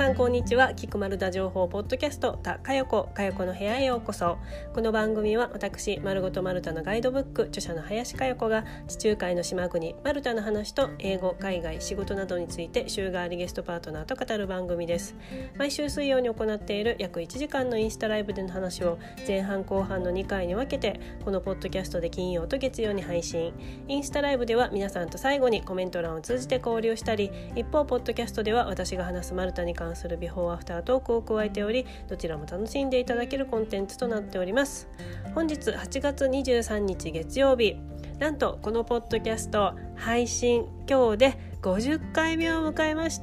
さんこんにちは。菊丸田情報ポッドキャストたかよこの部屋へようこそ。この番組は私丸ごとマルタのガイドブック著者の林かよこが地中海の島国マルタの話と英語、海外、仕事などについて週替わりゲストパートナーと語る番組です。毎週水曜に行っている約1時間のインスタライブでの話を前半後半の2回に分けてこのポッドキャストで金曜と月曜に配信。インスタライブでは皆さんと最後にコメント欄を通じて交流したり、一方ポッドキャストでは私が話すマルタに関するビフォーアフタートークを加えており、どちらも楽しんでいただけるコンテンツとなっております。本日8月23日月曜日、なんとこのポッドキャスト配信今日で50回目を迎えました。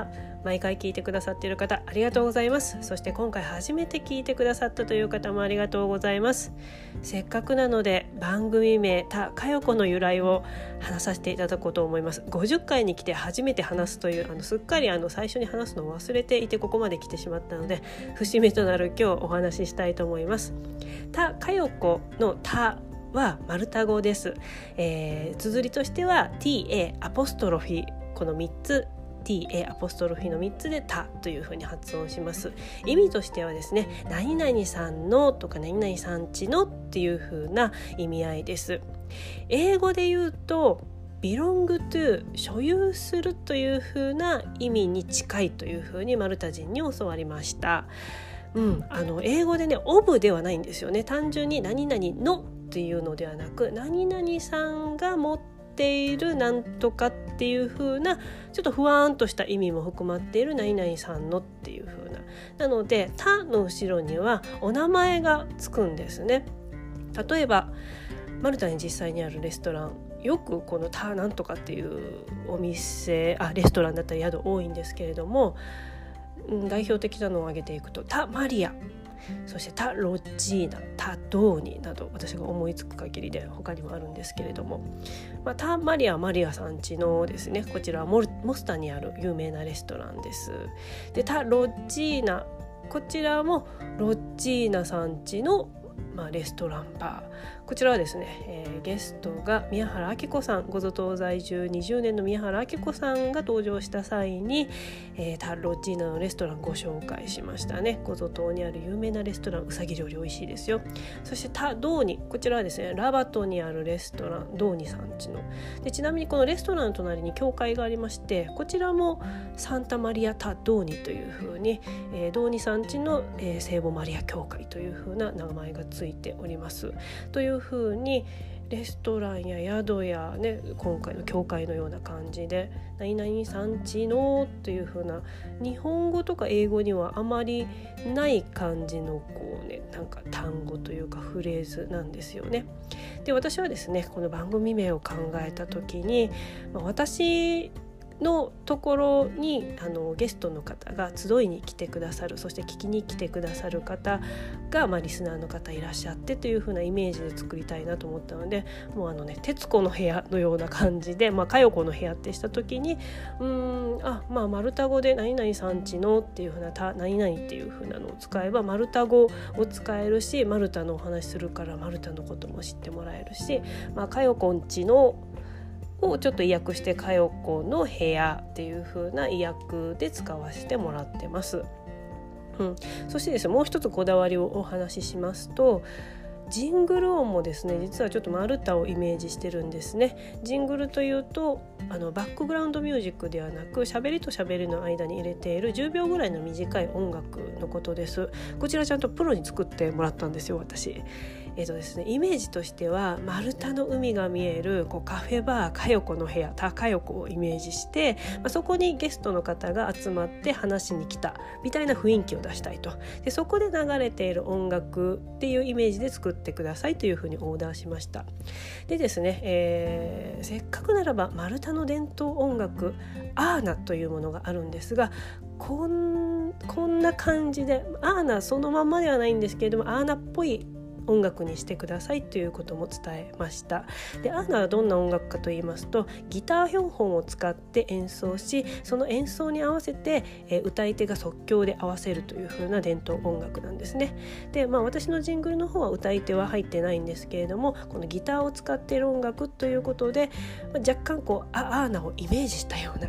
毎回聞いてくださっている方ありがとうございます。そして今回初めて聞いてくださったという方もありがとうございます。せっかくなので番組名たかよこの由来を話させていただこうと思います。50回に来て初めて話すというすっかり最初に話すのを忘れていてここまで来てしまったので、節目となる今日お話ししたいと思います。たかよこのたはマルタ語です。綴りとしては TA アポストロフィこの3つTA アポストロフィの3つでたというふうに発音します。意味としてはですね、何々さんのとか何々さんちのっていうふうな意味合いです。英語で言うとbelong to 所有するというふうな意味に近いというふうにマルタ人に教わりました。英語でねofではないんですよね。単純に何々のっていうのではなく、何々さんが持っているなんとかっていう風なちょっとふわーんとした意味も含まっている何々さんのっていう風なので、たの後ろにはお名前がつくんですね。例えばマルタに実際にあるレストラン、よくこのたなんとかっていうお店レストランだったり宿多いんですけれども、代表的なのを挙げていくとタマリア、そしてタロジーナ、タドーニなど私が思いつく限りで他にもあるんですけれども、タマリアはマリアさん家のですね、こちらはモスタにある有名なレストランです。でタロジーナ、こちらもロッジーナさん家のレストランバー、こちらはですね、ゲストが宮原明子さん、ごぞ島在住20年の宮原明子さんが登場した際に、タロッジーナのレストランご紹介しましたね。ごぞ島にある有名なレストラン、うさぎ料理美味しいですよ。そしてタドーニ、こちらはですねラバトにあるレストランドーニさん家ので、ちなみにこのレストランの隣に教会がありまして、こちらもサンタマリアタドーニというふうに、ドーニさん家の、聖母マリア教会というふうな名前がついておりますというふうに、レストランや宿やね、今回の教会のような感じで何々さんちのというふうな、日本語とか英語にはあまりない感じのなんか単語というかフレーズなんですよね。で私はですねこの番組名を考えた時に、私のところにゲストの方が集いに来てくださる、そして聞きに来てくださる方が、リスナーの方いらっしゃってという風なイメージで作りたいなと思ったので、もう徹子の部屋のような感じで、かよこの部屋ってした時にマルタ語で何々さんちのっていう風な何々っていう風なのを使えばマルタ語を使えるし、マルタのお話するからマルタのことも知ってもらえるし、かよこんちのをちょっと意訳してかよこの部屋っていう風な意訳で使わせてもらってます。そしてですね、もう一つこだわりをお話ししますと、ジングル音もですね実はちょっとマルタをイメージしてるんですね。ジングルというとバックグラウンドミュージックではなく、喋りと喋りの間に入れている10秒ぐらいの短い音楽のことです。こちらちゃんとプロに作ってもらったんですよ、私。ですね、イメージとしてはマルタの海が見えるカフェバーかよこの部屋たかよこをイメージして、そこにゲストの方が集まって話しに来たみたいな雰囲気を出したいと。でそこで流れている音楽っていうイメージで作ってくださいというふうにオーダーしました。でですね、せっかくならばマルタの伝統音楽アーナというものがあるんですが、こんな感じでアーナそのまんまではないんですけれども、アーナっぽい音楽にしてくださいということも伝えました。でアーナはどんな音楽かと言いますと、ギター4本を使って演奏し、その演奏に合わせて、歌い手が即興で合わせるという風な伝統音楽なんですね。で、私のジングルの方は歌い手は入ってないんですけれども、このギターを使っている音楽ということで、若干アーナをイメージしたような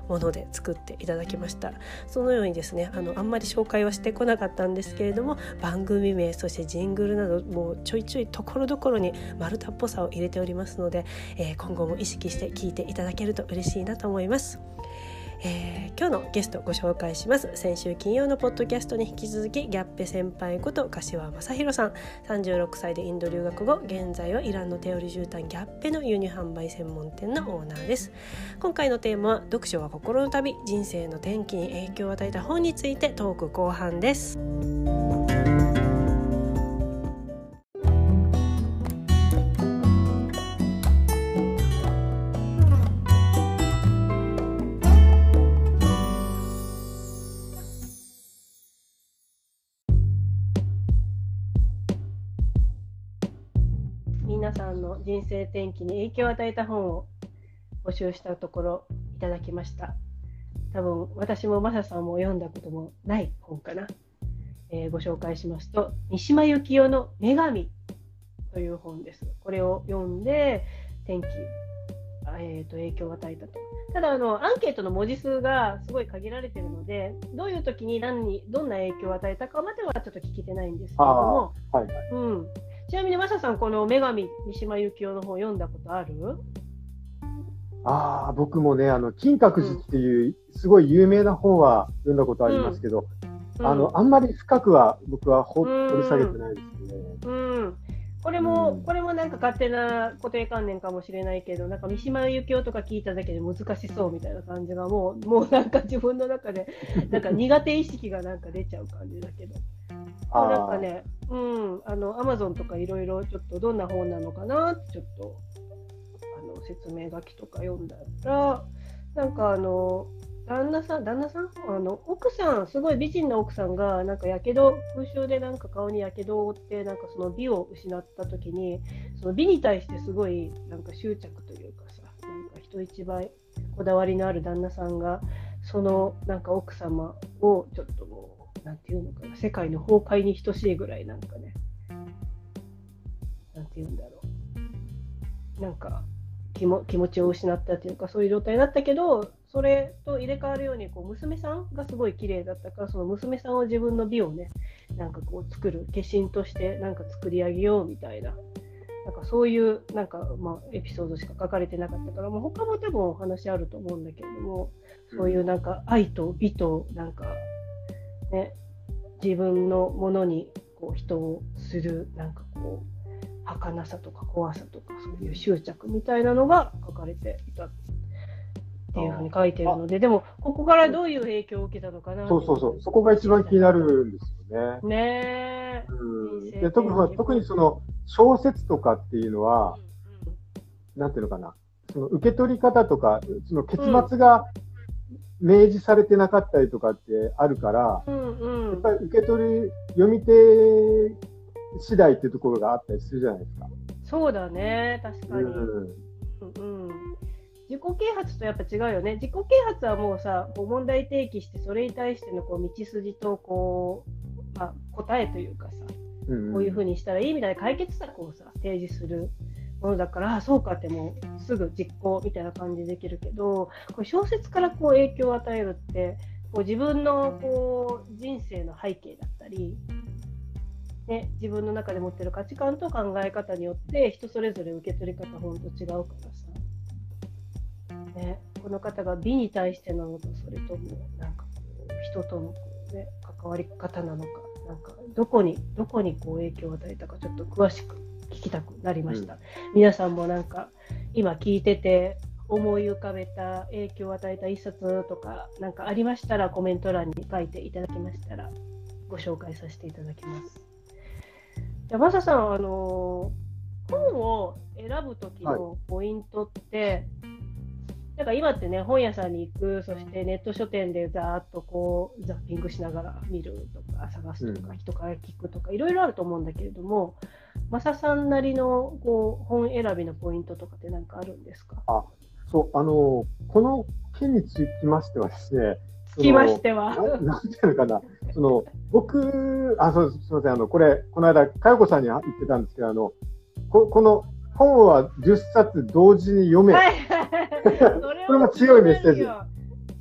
もので作っていただきました。そのようにですね、あんまり紹介はしてこなかったんですけれども、番組名そしてジングルなどもうちょいちょいところどころに丸太っぽさを入れておりますので、今後も意識して聞いていただけると嬉しいなと思います。今日のゲストご紹介します。先週金曜のポッドキャストに引き続きギャッペ先輩こと柏正弘さん、36歳でインド留学後、現在はイランの手織り絨毯ギャッペの輸入販売専門店のオーナーです。今回のテーマは読書は心の旅、人生の転機に影響を与えた本についてトーク後半です。皆さんの人生転機に影響を与えた本を募集したところいただきました。多分私もマサさんも読んだこともない本かな。ご紹介しますと、三島由紀夫の女神という本です。これを読んで転機、影響を与えたと。ただアンケートの文字数がすごい限られているので、どういう時にどんな影響を与えたかまではちょっと聞けてないんですけれども、ちなみにマサさん、この女神三島由紀夫の本読んだことある？ 僕もね、金閣寺っていうすごい有名な本は読んだことありますけど、あんまり深くは僕は掘り下げてないですね。 これもなんか勝手な固定観念かもしれないけど、なんか三島由紀夫とか聞いただけで難しそうみたいな感じがもうなんか自分の中でなんか苦手意識がなんか出ちゃう感じだけど。なんかね、Amazon とかいろいろちょっとどんな本なのかなってちょっと説明書きとか読んだら、なんか旦那さん、奥さん、すごい美人な奥さんがなんか空襲でなんか顔にやけどを負って、なんかその美を失った時に、その美に対してすごいなんか執着というかさ、なんか人一倍こだわりのある旦那さんが、そのなんか奥様をちょっともうなんていうのかな、世界の崩壊に等しいぐらいなんかね、なんていうんだろう、なんか気持ちを失ったというか、そういう状態だったけど、それと入れ替わるように娘さんがすごい綺麗だったから、その娘さんを自分の美をね、なんか作る化身としてなんか作り上げようみたいな、なんかそういうなんかエピソードしか書かれてなかったから、他も多分お話あると思うんだけれども、そういうなんか愛と美となんかね、自分のものに人をするなんか儚さとか怖さとか、そういう執着みたいなのが書かれていたっていうふうに書いているので、でもここからどういう影響を受けたのかな。 そこが一番気になるんですよね。 ねえ。で特にその小説とかっていうのは、なんていうのかな、その受け取り方とか、その結末が明示されてなかったりとかってあるから、やっぱり読み手次第っていうところがあったりするじゃないですか。そうだね、確かに。自己啓発とやっぱ違うよね。自己啓発はもうさ、問題提起して、それに対しての道筋と答えというかさ、こういうふうにしたらいいみたいな解決策をさ提示するものだから、そうかってもうすぐ実行みたいな感じでできるけど、これ小説から影響を与えるって自分の人生の背景だったり、ね、自分の中で持ってる価値観と考え方によって人それぞれ受け取り方ほんと違うからさ、ね、この方が美に対してなのか、それともなんか人との関わり方なのか、なんかどこに影響を与えたか、ちょっと詳しく聞きたくなりました。皆さんもなんか今聞いてて思い浮かべた影響を与えた一冊とかなんかありましたら、コメント欄に書いていただきましたらご紹介させていただきます。じゃあマサさん、本を選ぶ時のポイントって、なんか今ってね、本屋さんに行く、そしてネット書店でざーっとザッピングしながら見るとか探すとか、人から聞くとかいろいろあると思うんだけれども、マサさんなりの本選びのポイントとかって何かあるんですか？ この件につきましてはですね、なんていうのかな、僕、すみません、この間、佳代子さんに言ってたんですけど、この本は10冊同時に読め。これも強いメッセージ。ちょっ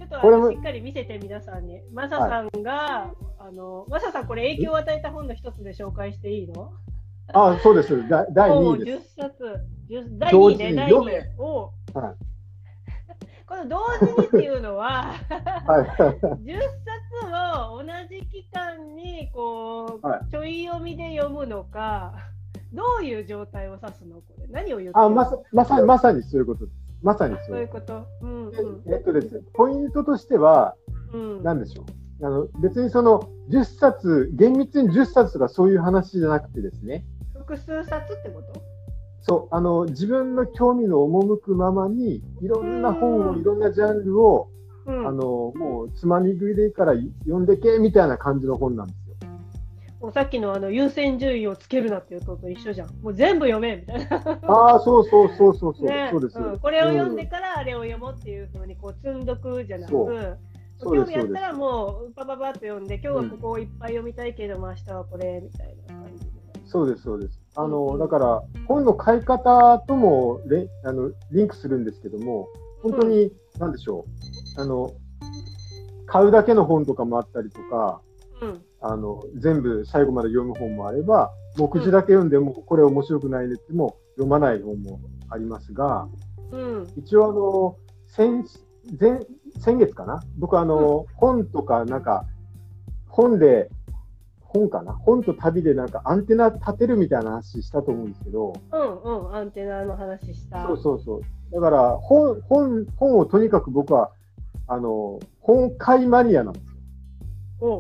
っとしっかり見せて皆さんに。マサさんが、マサさんこれ影響を与えた本の一つで紹介していいの？ そうです。第2位です。 10冊。第2位ね、第2位。この同時にっていうのは、10冊を同じ期間にこう、ちょい読みで読むのか、どういう状態を指すの？これ何を言ってるの？ まさにそういうことです。まさにそういうこと。 ですね、ポイントとしては、何でしょう。別にその10冊、厳密に10冊とかそういう話じゃなくてですね。 複数冊ってこと？ そう、自分の興味の赴くままに、いろんな本を、いろんなジャンルを、もう、つまみ食いでいいから読んでけ、みたいな感じの本なんですよ。 もうさっきの優先順位をつけるなっていうことと一緒じゃん。もう全部読め、みたいな。 そうです。 これを読んでからあれを読もうっていうふうに、こう、積んどくじゃなく、興味あったらもう、バババッと読んで、今日はここをいっぱい読みたいけども、明日はこれ、みたいな感じで。 そうです。だから、本の買い方ともリンクするんですけども、本当に、なんでしょう。買うだけの本とかもあったりとか、全部最後まで読む本もあれば、目次だけ読んでも、これ面白くないねっても読まない本もありますが、一応先月かな、僕本とか本と旅でアンテナ立てるみたいな話したと思うんですけど。 アンテナの話した。 そう。だから本をとにかく僕は本買いマニアなんですよ。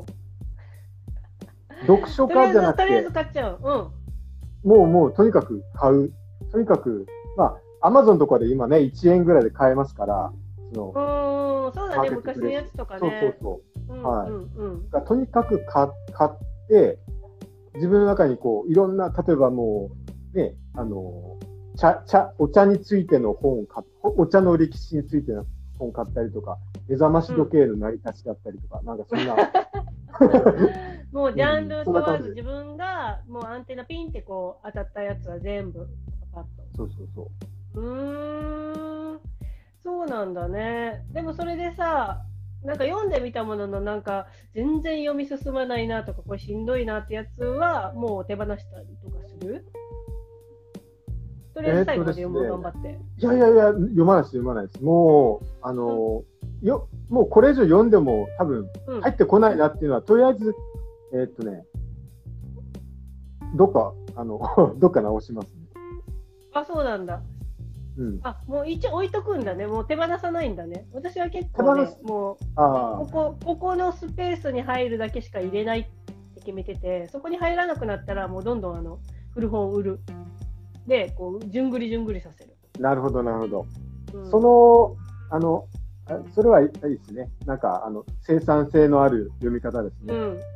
読書家じゃなくて。 とりあえず買っちゃう。 もうとにかく買う。とにかくAmazon とかで今ね1円ぐらいで買えますから。 そうだね、昔のやつとかね。 そう。とにかく買って、自分の中にこう、いろんな、例えばもう、ね、お茶についての本をお茶の歴史についての本を買ったりとか、目覚まし時計の成り立ちだったりとか、なんかそんな。 もうジャンル問わず自分がもうアンテナピンってこう当たったやつは全部パッと。 そう。 そうなんだね。でもそれでさ、読んでみたものの全然読み進まないなとかこれしんどいなってやつはもう手放したりとかする？とりあえず最後まで読む、頑張って。 いや読まないです。もうもうこれ以上読んでも多分入ってこないなっていうのは、とりあえずどっか直しますね。 そうなんだ。もう一応置いとくんだね。もう手放さないんだね。私は結構ね、もうここのスペースに入るだけしか入れないって決めてて、そこに入らなくなったらもうどんどん古本を売る。で、こうじゅんぐりさせる。 なるほど。それはいいですね。生産性のある読み方ですね。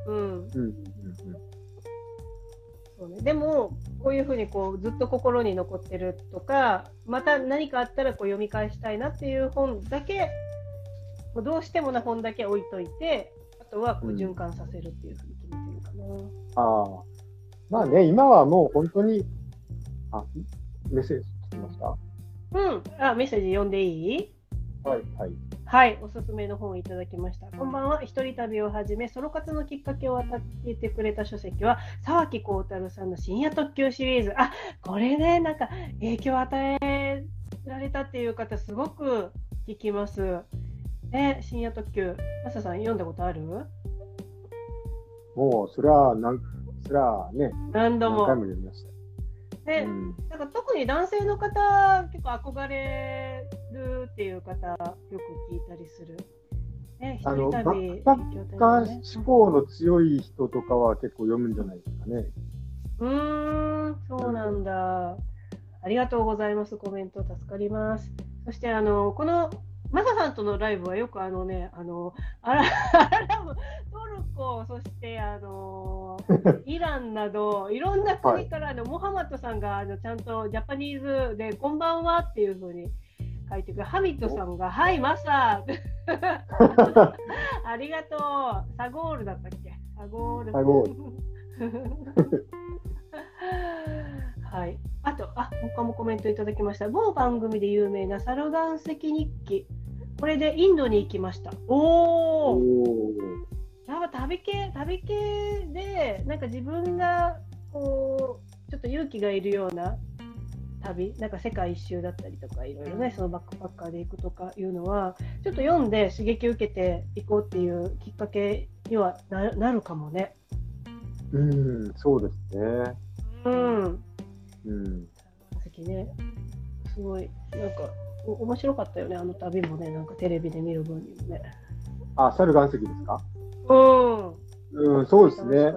そうね、でもこういうふうにこうずっと心に残ってるとか、また何かあったらこう読み返したいなっていう本だけ、どうしてもな本だけ置いといて、あとはこう循環させるっていうふうに決めてるかな。今はもう本当にメッセージ来てました？ メッセージ読んでいい？はい、おすすめの本をいただきました。こんばんは。一人旅を始め、ソロ活のきっかけを与えてくれた書籍は、沢木耕太郎さんの深夜特急シリーズ。これね、影響を与えられたっていう方、すごく聞きます。深夜特急。マサさん、読んだことある？ もう、それはね、 何度も。 何回も読みました。 で、特に男性の方、結構憧れるっていう方、よく聞いたりする。一人旅、 バッパッカー思考の強い人とかは結構読むんじゃないですかね。 そうなんだ。ありがとうございます。コメント助かります。そして、この、マサさんとのライブはよくアラブ、トルコ、そしてイランなどいろんな国からモハマッドさんがちゃんとジャパニーズでこんばんはっていう風に書いてくる。ハミッドさんがはいマサありがとう。サゴールだったっけ？サゴール。はい。他もコメントいただきました。某番組で有名なサル岩石日記。 これでインドに行きました。おお。やっぱ旅系でなんか自分がこうちょっと勇気がいるような旅、なんか世界一周だったりとかいろいろね、そのバックパッカーで行くとかいうのはちょっと読んで刺激を受けていこうっていうきっかけにはなるかもね。 そうですね。 先ね、すごいなんか面白かったよね、あの旅もね、なんかテレビで見る分にもね。 あ、猿岩石ですか？そうですね。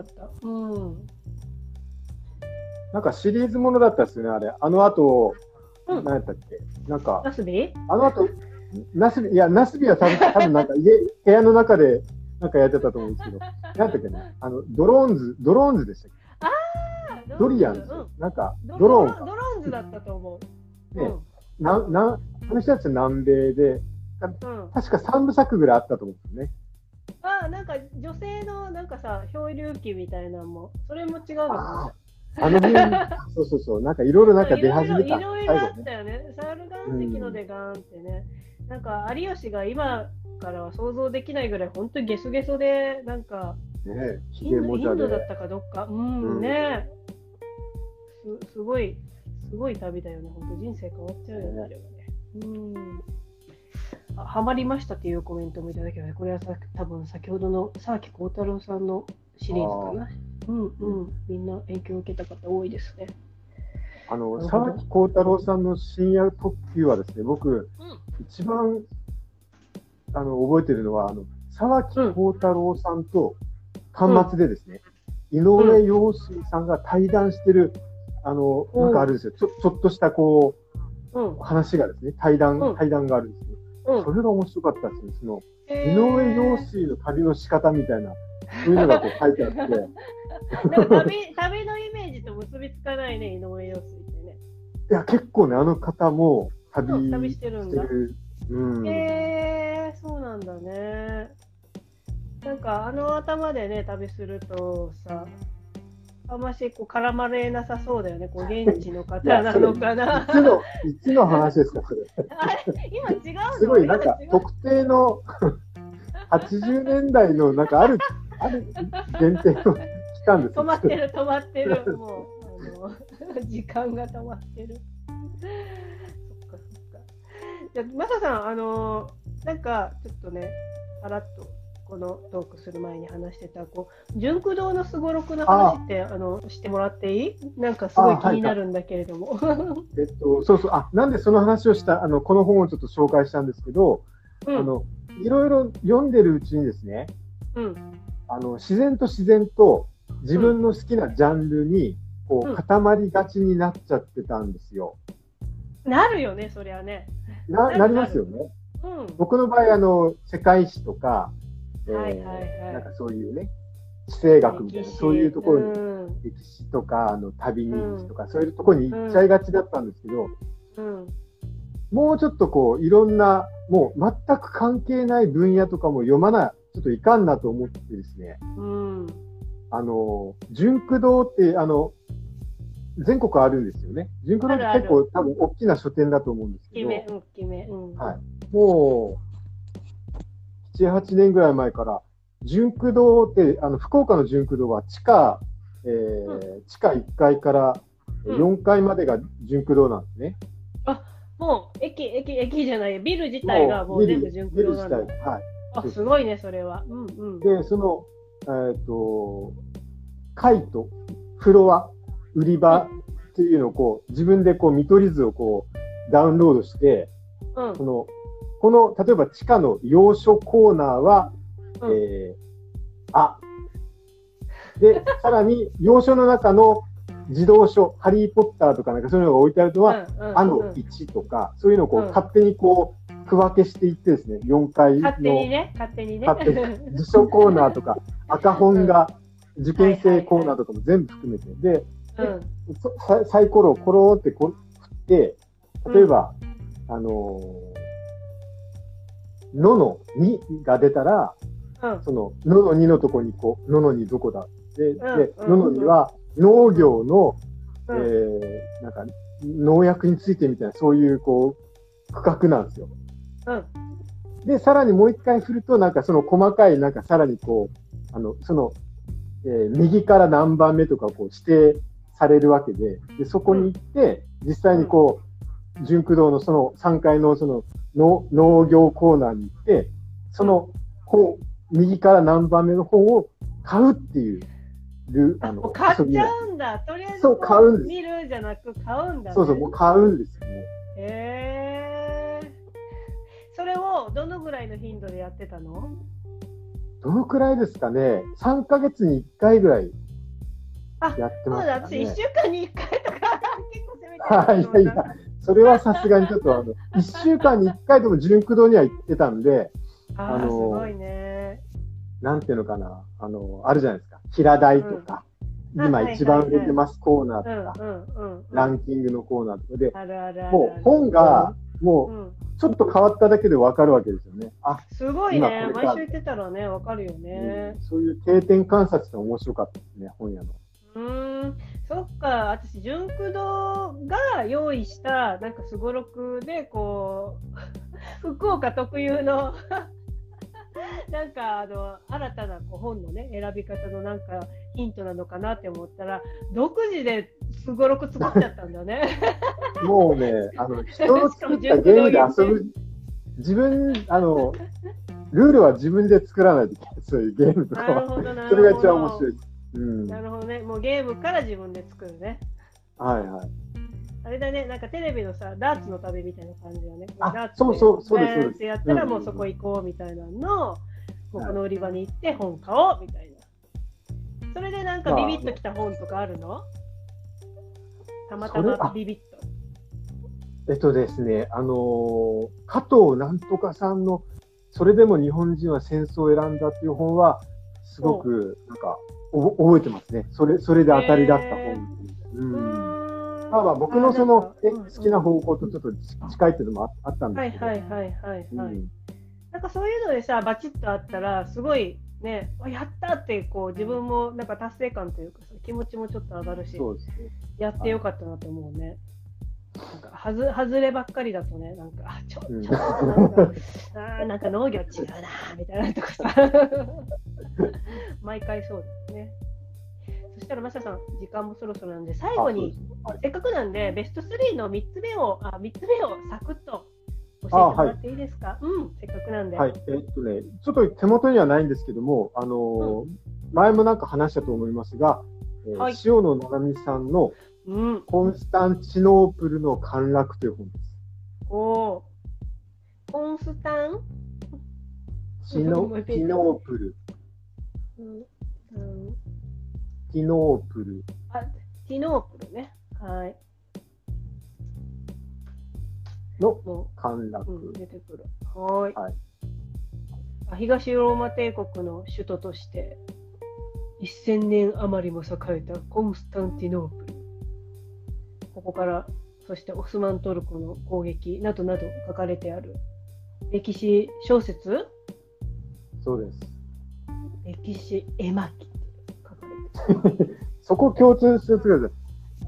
なんかシリーズものだったですよね、あれ。あの後、何やったっけ？なんか、 ナスビ？ あの後、ナスビは多分なんか部屋の中でなんかやってたと思うんですけど、何やったっけね、ドローンズでしたっけ？ドリアンズ、なんか、ドローンズだったと思う。 ね、あの人たちは南米で、確か3部作ぐらいあったと思うんですよね。 なんか女性のなんかさ、漂流記みたいなのも、それも違うのかな。そう、なんかいろいろなんか出始めた。 いろいろあったよね。猿岩石のでガーンってね。なんか有吉が今からは想像できないぐらい本当にゲソゲソで、なんか、インドだったかどっか。ね。すごい旅だよね。本当人生変わっちゃうよね、あれはね。ハマりましたっていうコメントもいただけたので、これは多分先ほどの沢木耕太郎さんのシリーズかな。みんな影響を受けた方多いですね。 沢木耕太郎さんの深夜特急はですね、僕、一番覚えてるのは沢木耕太郎さんと端末でですね、井上陽水さんが対談してるなんかあるんですよ。ちょっとしたこう、話がですね、対談があるんですよ。それが面白かったですね。その井上陽水の旅の仕方みたいな、そういうのがこう書いてあって。 旅のイメージと結びつかないね、井上陽水ってね。 いや、結構ね、あの方も旅してるんだ。そうなんだね。なんか頭でね、旅するとさ、あんましこう絡まれなさそうだよね。こう現地の方なのかな。 いつの話ですか、それ。 今違うの？ すごいなんか特定の80年代のなんかある限定の期間です。 止まってる。もう時間が止まってる。そっか。じゃあマサさんなんかちょっとね、パラッと。このトークする前に話してた純駆動のすごろくの話ってしてもらっていい？なんかすごい気になるんだけれども。 なんでその話をしたこの本をちょっと紹介したんですけど、いろいろ読んでるうちにですね、自然と自分の好きなジャンルに固まりがちになっちゃってたんですよ。 なるよね、そりゃね。 なりますよね。僕の場合世界史とかなんかそういうね、地政学みたいな、そういうところに、歴史とか、旅日記とか、そういうところに行っちゃいがちだったんですけど、もうちょっといろんな、もう全く関係ない分野とかも読まない、ちょっといかんなと思ってですね、純駆動って、全国あるんですよね。純駆動って結構多分大きな書店だと思うんですけど、もう、7、8年ぐらい前から、純駆動って、福岡の純駆動は地下1階から4階までが純駆動なんですね。 もう、駅じゃない、ビル自体がもう全部純駆動なんだ。すごいね、それは。 で、その、階とフロア、売り場っていうのを自分で見取り図をダウンロードして、この、例えば地下の洋書コーナーは、で、さらに洋書の中の児童書、ハリーポッターとかなんかそういうのが置いてあるのは、1とか、そういうのを勝手に区分けしていってですね、4階の。 勝手にね。 辞書コーナーとか、赤本が受験生コーナーとかも全部含めて。で、サイコロをコローって振って、例えば、のの2が出たら、そののの2のとこにのの2どこだで、のの2は農業の、なんか農薬についてみたいな、そういう区画なんですよ。 で、さらにもう一回振ると、なんかその細かい、なんかさらにこう、右から何番目とかこう指定されるわけで、で、そこに行って、実際にこう、純駆動のその3階のその農業コーナーに行って、その本、右から何番目の本を買うっていう、 もう買っちゃうんだ。とりあえずそう、買うんです。 見るじゃなく買うんだ、ね。 そうそう、もう買うんですよね。 へー。それをどのぐらいの頻度でやってたの？ どのくらいですかね。3ヶ月に1回ぐらいやってましたね。 そうだ、私1週間に1回とか結構攻めてた。いやいや、それはさすがにちょっと1週間に1回でも純駆動には行ってたんで、 すごいね。 なんていうのかな、あるじゃないですか。平台とか、今一番売れてますコーナーとか、ランキングのコーナーとかで、もう本が、もう、ちょっと変わっただけでわかるわけですよね。 すごいね。毎週行ってたらね、わかるよね。 そういう定点観察って面白かったですね、本屋の。 そっか、私、純駆動が用意した、なんかすごろくで、こう、福岡特有のなんか新たな本のね、選び方のなんかヒントなのかなって思ったら、独自ですごろく作っちゃったんだね。 もうね、人の作ったゲームで遊ぶ、自分、ルールは自分で作らないといけない、そういうゲームとかは。それが一番面白いです。 なるほどね。もうゲームから自分で作るね。 はいはい。 あれだね、なんかテレビのさ、ダーツの旅みたいな感じだね。 そうです。 やったらもうそこ行こうみたいなのを、もうこの売り場に行って本買おうみたいな。それでなんかビビッときた本とかあるの？たまたまビビッと。 ですね、加藤なんとかさんの、それでも日本人は戦争を選んだっていう本は、すごく、なんか、覚えてますね。それで当たりだった本。まあ僕のその好きな方向とちょっと近いっていうのもあったんですけど。 なんかそういうのでさ、バチッとあったら、すごいね、やったってこう自分もなんか達成感というかさ、気持ちもちょっと上がるし、やってよかったなと思うね。なんか外ればっかりだとね、なんかちょっとなんか農業違うなみたいなとかさ、毎回そうですね。そしたらマサさん、時間もそろそろなんで、最後に、せっかくなんでベスト3の3つ目をサクッと教えてもらっていいですか？せっかくなんで。 はい、ちょっと手元にはないんですけども、前もなんか話したと思いますが、塩野七海さんのコンスタンチノープルの陥落という本です。 コンスタンチノープル。ティノープル。ティノープルね。はい。の陥落。 出てくる。はい。東ローマ帝国の首都として1000年余りも栄えたコンスタンティノープル。ここから、そしてオスマントルコの攻撃などなど書かれてある歴史小説？ そうです。 歴史絵巻。 そこ共通してくださ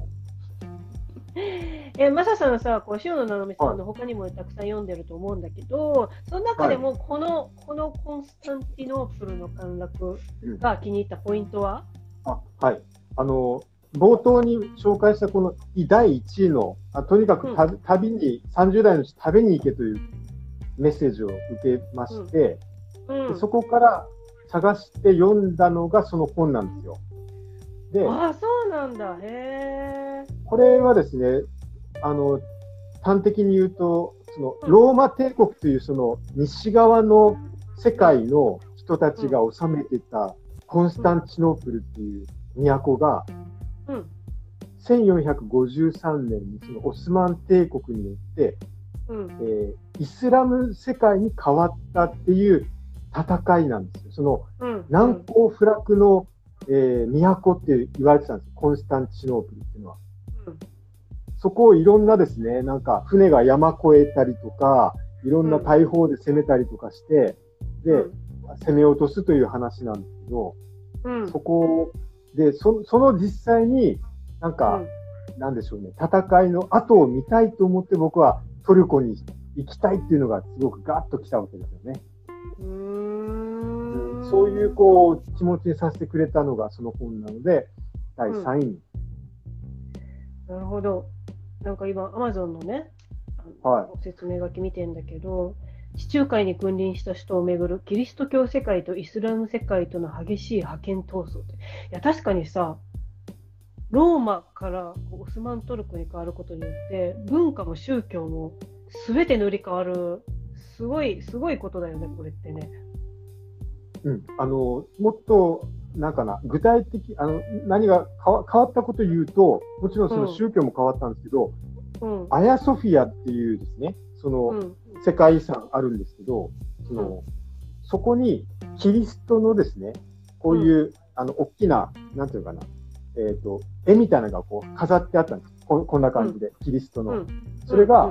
い。マサさんさ、塩野七海さんの他にもたくさん読んでると思うんだけど、その中でもこのコンスタンティノープルの陥落が気に入ったポイントは？ はい。冒頭に紹介したこの第1位の、とにかく旅に、30代の人旅に行けというメッセージを受けまして、そこから探して読んだのがその本なんですよ。で、 そうなんだ。 これはですね、端的に言うと、そのローマ帝国というその西側の世界の人たちが治めてたコンスタンチノープルっていう都が、1453年にそのオスマン帝国によって、イスラム世界に変わったっていう戦いなんですよ。その難攻不落の、都って言われてたんですよ。コンスタンチノープルっていうのは。そこをいろんなですね、なんか船が山越えたりとか、いろんな大砲で攻めたりとかして、で、攻め落とすという話なんですけど、そこで、その実際になんか、なんでしょうね、戦いの後を見たいと思って僕はトルコに行きたいっていうのがすごくガッときたわけですよね。そういうこう気持ちにさせてくれたのがその本なので第3位に、 なるほど。なんか今 Amazon のね、説明書き見てんだけど、地中海に君臨した首都をめぐるキリスト教世界とイスラム世界との激しい覇権闘争って、いや確かにさ、ローマからオスマントルコに変わることによって文化も宗教も全て塗り替わる、すごいことだよね、これってね。 もっとなんかな、具体的何が変わったことを言うと、もちろんその宗教も変わったんですけど、アヤソフィアっていうですね、その世界遺産あるんですけど、そこにキリストのですね、こういう大きな、なんていうかな、絵みたいなのがこう飾ってあったんです。こんな感じで、キリストの。それが、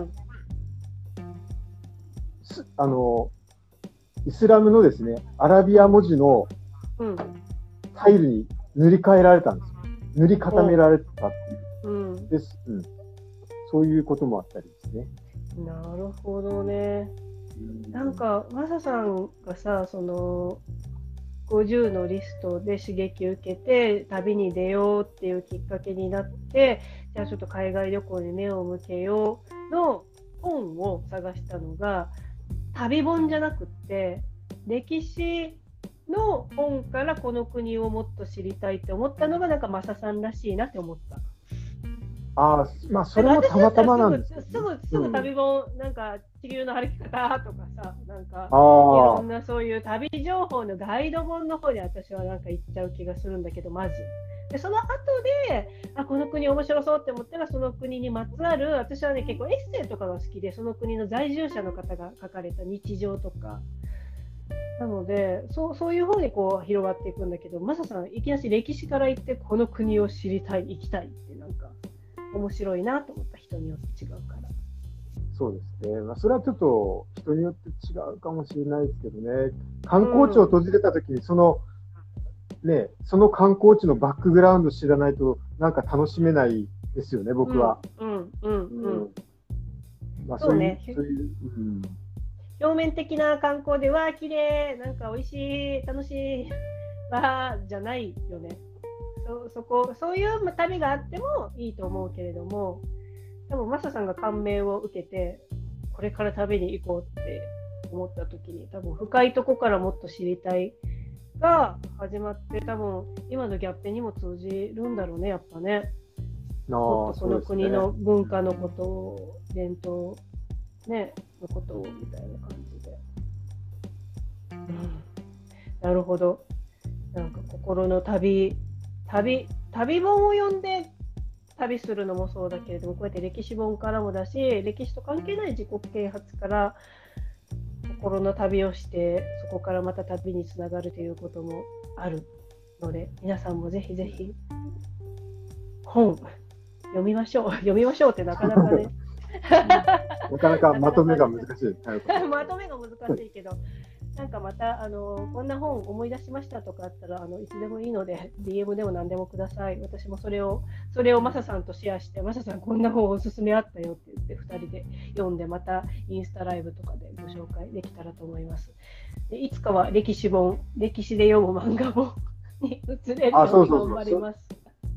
イスラムのですね、アラビア文字のタイルに塗り替えられたんですよ。塗り固められたっていうです。そういうこともあったりですね。 なるほどね。なんかマサさんがさ、その50のリストで刺激を受けて旅に出ようっていうきっかけになって、じゃあちょっと海外旅行に目を向けようの本を探したのが、旅本じゃなくって歴史の本からこの国をもっと知りたいって思ったのがなんかマサさんらしいなって思った。 それもたまたまなんですすぐ旅本、なんか地球の歩き方とかさ、なんかいろんなそういう旅情報のガイド本の方に私はなんか行っちゃう気がするんだけど、まずでその後でこの国面白そうって思ったら、その国にまつわる、私はね結構エッセイとかが好きで、その国の在住者の方が書かれた日常とかなので、そういう方にこう広がっていくんだけど、マサさんいきなり歴史から言ってこの国を知りたい、行きたいってなんか面白いなと思った。人によって違うから。 そうですね。それはちょっと人によって違うかもしれないですけどね。観光地を訪れた時にその観光地のバックグラウンド知らないとなんか楽しめないですよね、僕は。そうね。 表面的な観光では綺麗、なんか美味しい、楽しいじゃないよね。そういう旅があってもいいと思うけれども、多分マサさんが感銘を受けてこれから旅に行こうって思った時に、多分深いとこからもっと知りたいが始まって、多分今のギャップにも通じるんだろうね、やっぱね。もっとその国の文化のことを、伝統、ね、のことをみたいな感じで、なるほど。なんか心の旅本を読んで旅するのもそうだけれども、こうやって歴史本からもだし、歴史と関係ない自己啓発から心の旅をして、そこからまた旅につながるということもあるので、皆さんもぜひぜひ本読みましょうってなかなかねなかなかまとめが難しいまとめが難しいけど、なんかまたこんな本思い出しましたとかあったらいつでもいいので DM でも何でもください。私もそれをマサさんとシェアして、マサさんこんな本おすすめあったよって言って2人で読んで、またインスタライブとかでご紹介できたらと思います。でいつかは歴史で読む漫画本に移れるように頑張ります。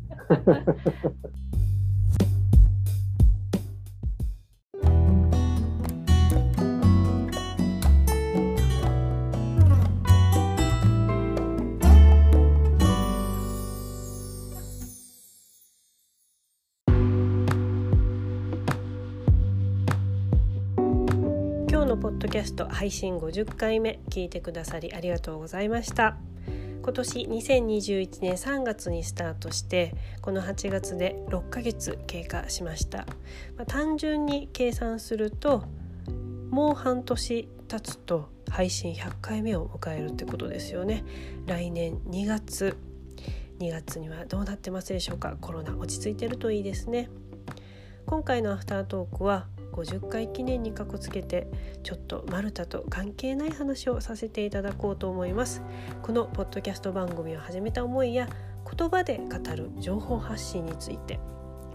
ポッドキャスト配信50回目聞いてくださりありがとうございました。今年2021年3月にスタートしてこの8月で6ヶ月経過しました。単純に計算するともう半年経つと配信100回目を迎えるってことですよね。来年2月にはどうなってますでしょうか。コロナ落ち着いてるといいですね。今回のアフタートークは50回記念にかこつけてちょっとマルタと関係ない話をさせていただこうと思います。このポッドキャスト番組を始めた思いや言葉で語る情報発信について、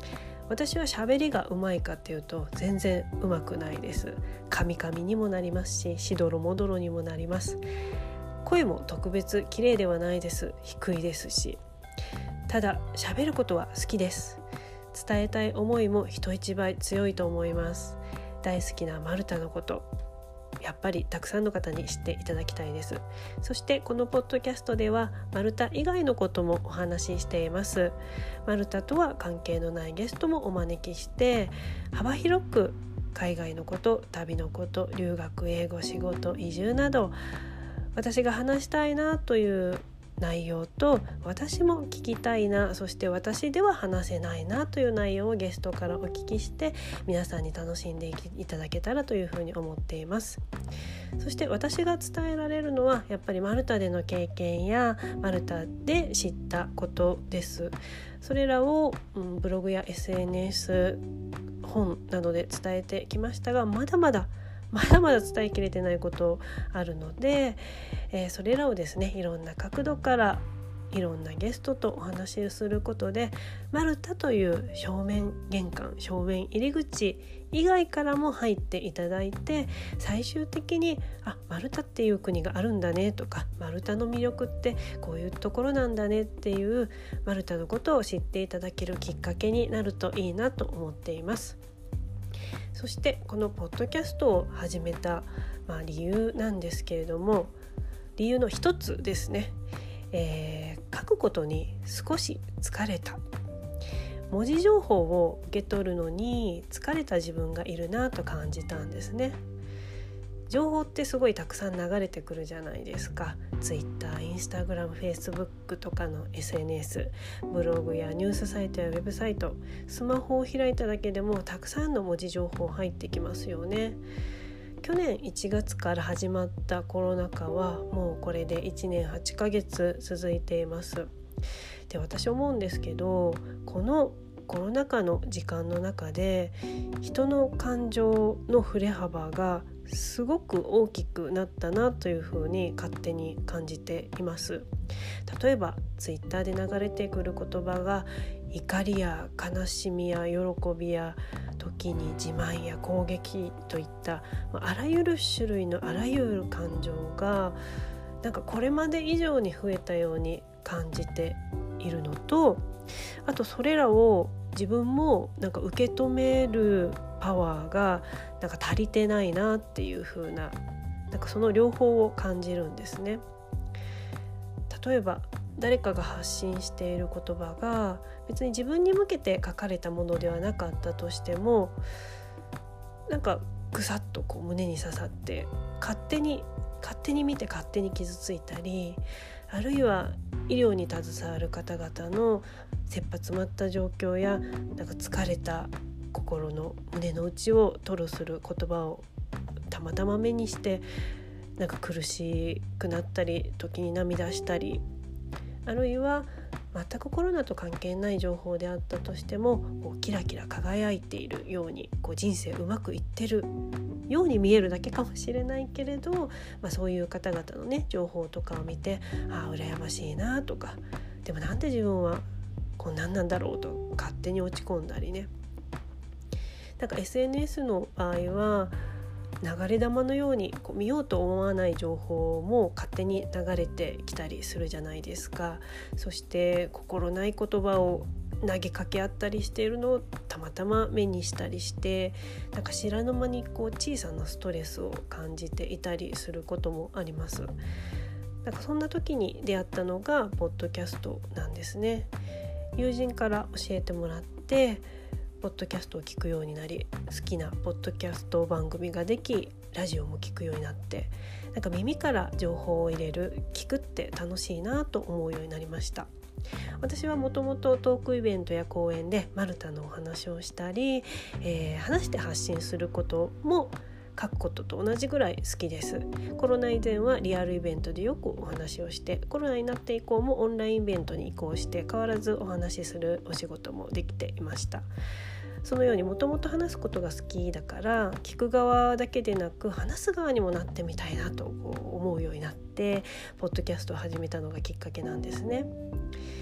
私は喋りがうまいかっていうと全然うまくないです。カミカミにもなりますし、しどろもどろにもなります。声も特別綺麗ではないです。低いですし。ただ喋ることは好きです。伝えたい思いも人一倍強いと思います。大好きなマルタのこと、やっぱりたくさんの方に知っていただきたいです。そしてこのポッドキャストではマルタ以外のこともお話ししています。マルタとは関係のないゲストもお招きして幅広く海外のこと、旅のこと、留学、英語、仕事、移住など私が話したいなという内容と、私も聞きたいな、そして私では話せないなという内容をゲストからお聞きして皆さんに楽しんでいただけたらというふうに思っています。そして私が伝えられるのはやっぱりマルタでの経験やマルタで知ったことです。それらを、ブログや SNS、本などで伝えてきましたが、まだまだ伝えきれてないことあるので、それらをですね、いろんな角度からいろんなゲストとお話しすることで、マルタという正面玄関、正面入り口以外からも入っていただいて、最終的にマルタっていう国があるんだねとか、マルタの魅力ってこういうところなんだねっていうマルタのことを知っていただけるきっかけになるといいなと思っています。そしてこのポッドキャストを始めた、理由なんですけれども、理由の一つですね、書くことに少し疲れた、文字情報を受け取るのに疲れた自分がいるなと感じたんですね。情報ってすごいたくさん流れてくるじゃないですか。Twitter、Instagram、Facebook とかの SNS、ブログやニュースサイトやウェブサイト、スマホを開いただけでもたくさんの文字情報入ってきますよね。去年1月から始まったコロナ禍はもうこれで1年8ヶ月続いています。で、私思うんですけど、このコロナ禍の時間の中で人の感情の振れ幅がすごく大きくなったなというふうに勝手に感じています。例えばツイッターで流れてくる言葉が怒りや悲しみや喜びや時に自慢や攻撃といったあらゆる種類のあらゆる感情がなんかこれまで以上に増えたように感じているのと、あとそれらを自分もなんか受け止めるパワーがなんか足りてないなっていう風な、なんかその両方を感じるんですね。例えば誰かが発信している言葉が別に自分に向けて書かれたものではなかったとしても、なんかぐさっとこう胸に刺さって勝手に見て勝手に傷ついたり、あるいは医療に携わる方々の切羽詰まった状況やなんか疲れた心の胸の内を吐露する言葉をたまたま目にしてなんか苦しくなったり、時に涙したり、あるいは全くコロナと関係ない情報であったとしてもこうキラキラ輝いているように、こう人生うまくいってるように見えるだけかもしれないけれど、そういう方々のね情報とかを見て羨ましいなとか、でもなんで自分はこんなんなんだろうと勝手に落ち込んだりね。なんか SNS の場合は流れ弾のようにこう見ようと思わない情報も勝手に流れてきたりするじゃないですか。そして心ない言葉を投げかけ合ったりしているのをたまたま目にしたりして、なんか知らぬ間にこう小さなストレスを感じていたりすることもあります。なんかそんな時に出会ったのがポッドキャストなんですね。友人から教えてもらってポッドキャストを聞くようになり、好きなポッドキャスト番組ができ、ラジオも聞くようになって、なんか耳から情報を入れる、聞くって楽しいなと思うようになりました。私はもともとトークイベントや講演でマルタのお話をしたり、話して発信することも書くことと同じぐらい好きです。コロナ以前はリアルイベントでよくお話をして、コロナになって以降もオンラインイベントに移行して変わらずお話しするお仕事もできていました。そのようにもともと話すことが好きだから、聞く側だけでなく話す側にもなってみたいなと思うようになって、ポッドキャストを始めたのがきっかけなんですね。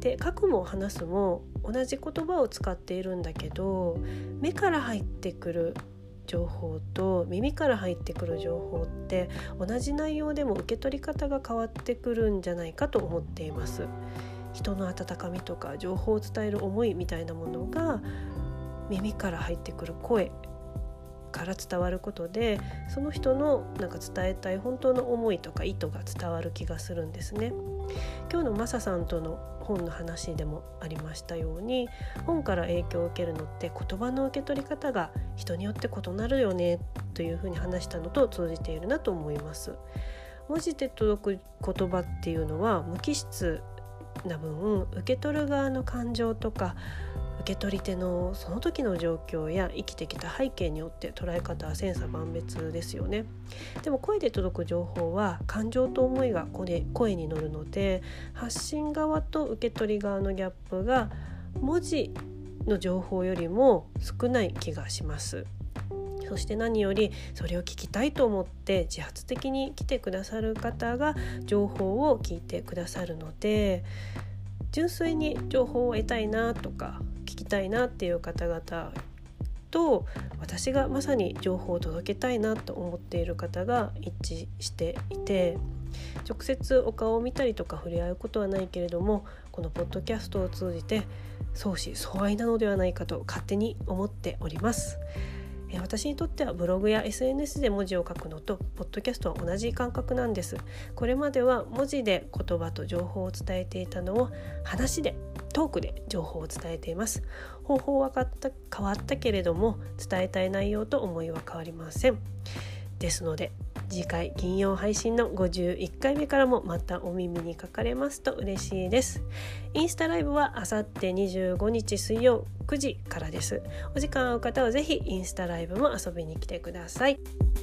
で書くも話すも同じ言葉を使っているんだけど、目から入ってくる情報と耳から入ってくる情報って同じ内容でも受け取り方が変わってくるんじゃないかと思っています。人の温かみとか情報を伝える思いみたいなものが耳から入ってくる声から伝わることで、その人の伝えたい本当の思いとか意図が伝わる気がするんですね。今日のマサさんとの本の話でもありましたように、本から影響を受けるのって言葉の受け取り方が人によって異なるよねというふうに話したのと通じているなと思います。文字で届く言葉っていうのは無機質な分、受け取る側の感情とか受け取り手のその時の状況や生きてきた背景によって捉え方は千差万別ですよね。でも声で届く情報は感情と思いが声に乗るので、発信側と受け取り側のギャップが文字の情報よりも少ない気がします。そして何よりそれを聞きたいと思って自発的に来てくださる方が情報を聞いてくださるので、純粋に情報を得たいなとか聞きたいなっていう方々と、私がまさに情報を届けたいなと思っている方が一致していて、直接お顔を見たりとか触れ合うことはないけれども、このポッドキャストを通じて相思相愛なのではないかと勝手に思っております。私にとってはブログや SNS で文字を書くのとポッドキャストは同じ感覚なんです。これまでは文字で言葉と情報を伝えていたのを話でトークで情報を伝えています。方法は変わったけれども伝えたい内容と思いは変わりません。ですので次回金曜配信の51回目からもまたお耳にかかれますと嬉しいです。インスタライブはあさって25日水曜9時からです。お時間合う方はぜひインスタライブも遊びに来てください。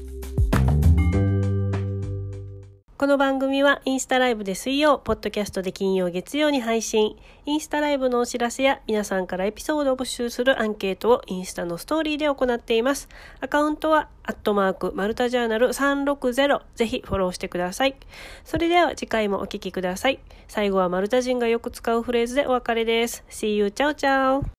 この番組はインスタライブで水曜、ポッドキャストで金曜月曜に配信。インスタライブのお知らせや皆さんからエピソードを募集するアンケートをインスタのストーリーで行っています。アカウントはマルタジャーナル360、ぜひフォローしてください。それでは次回もお聞きください。最後はマルタ人がよく使うフレーズでお別れです。See you, ciao ciao。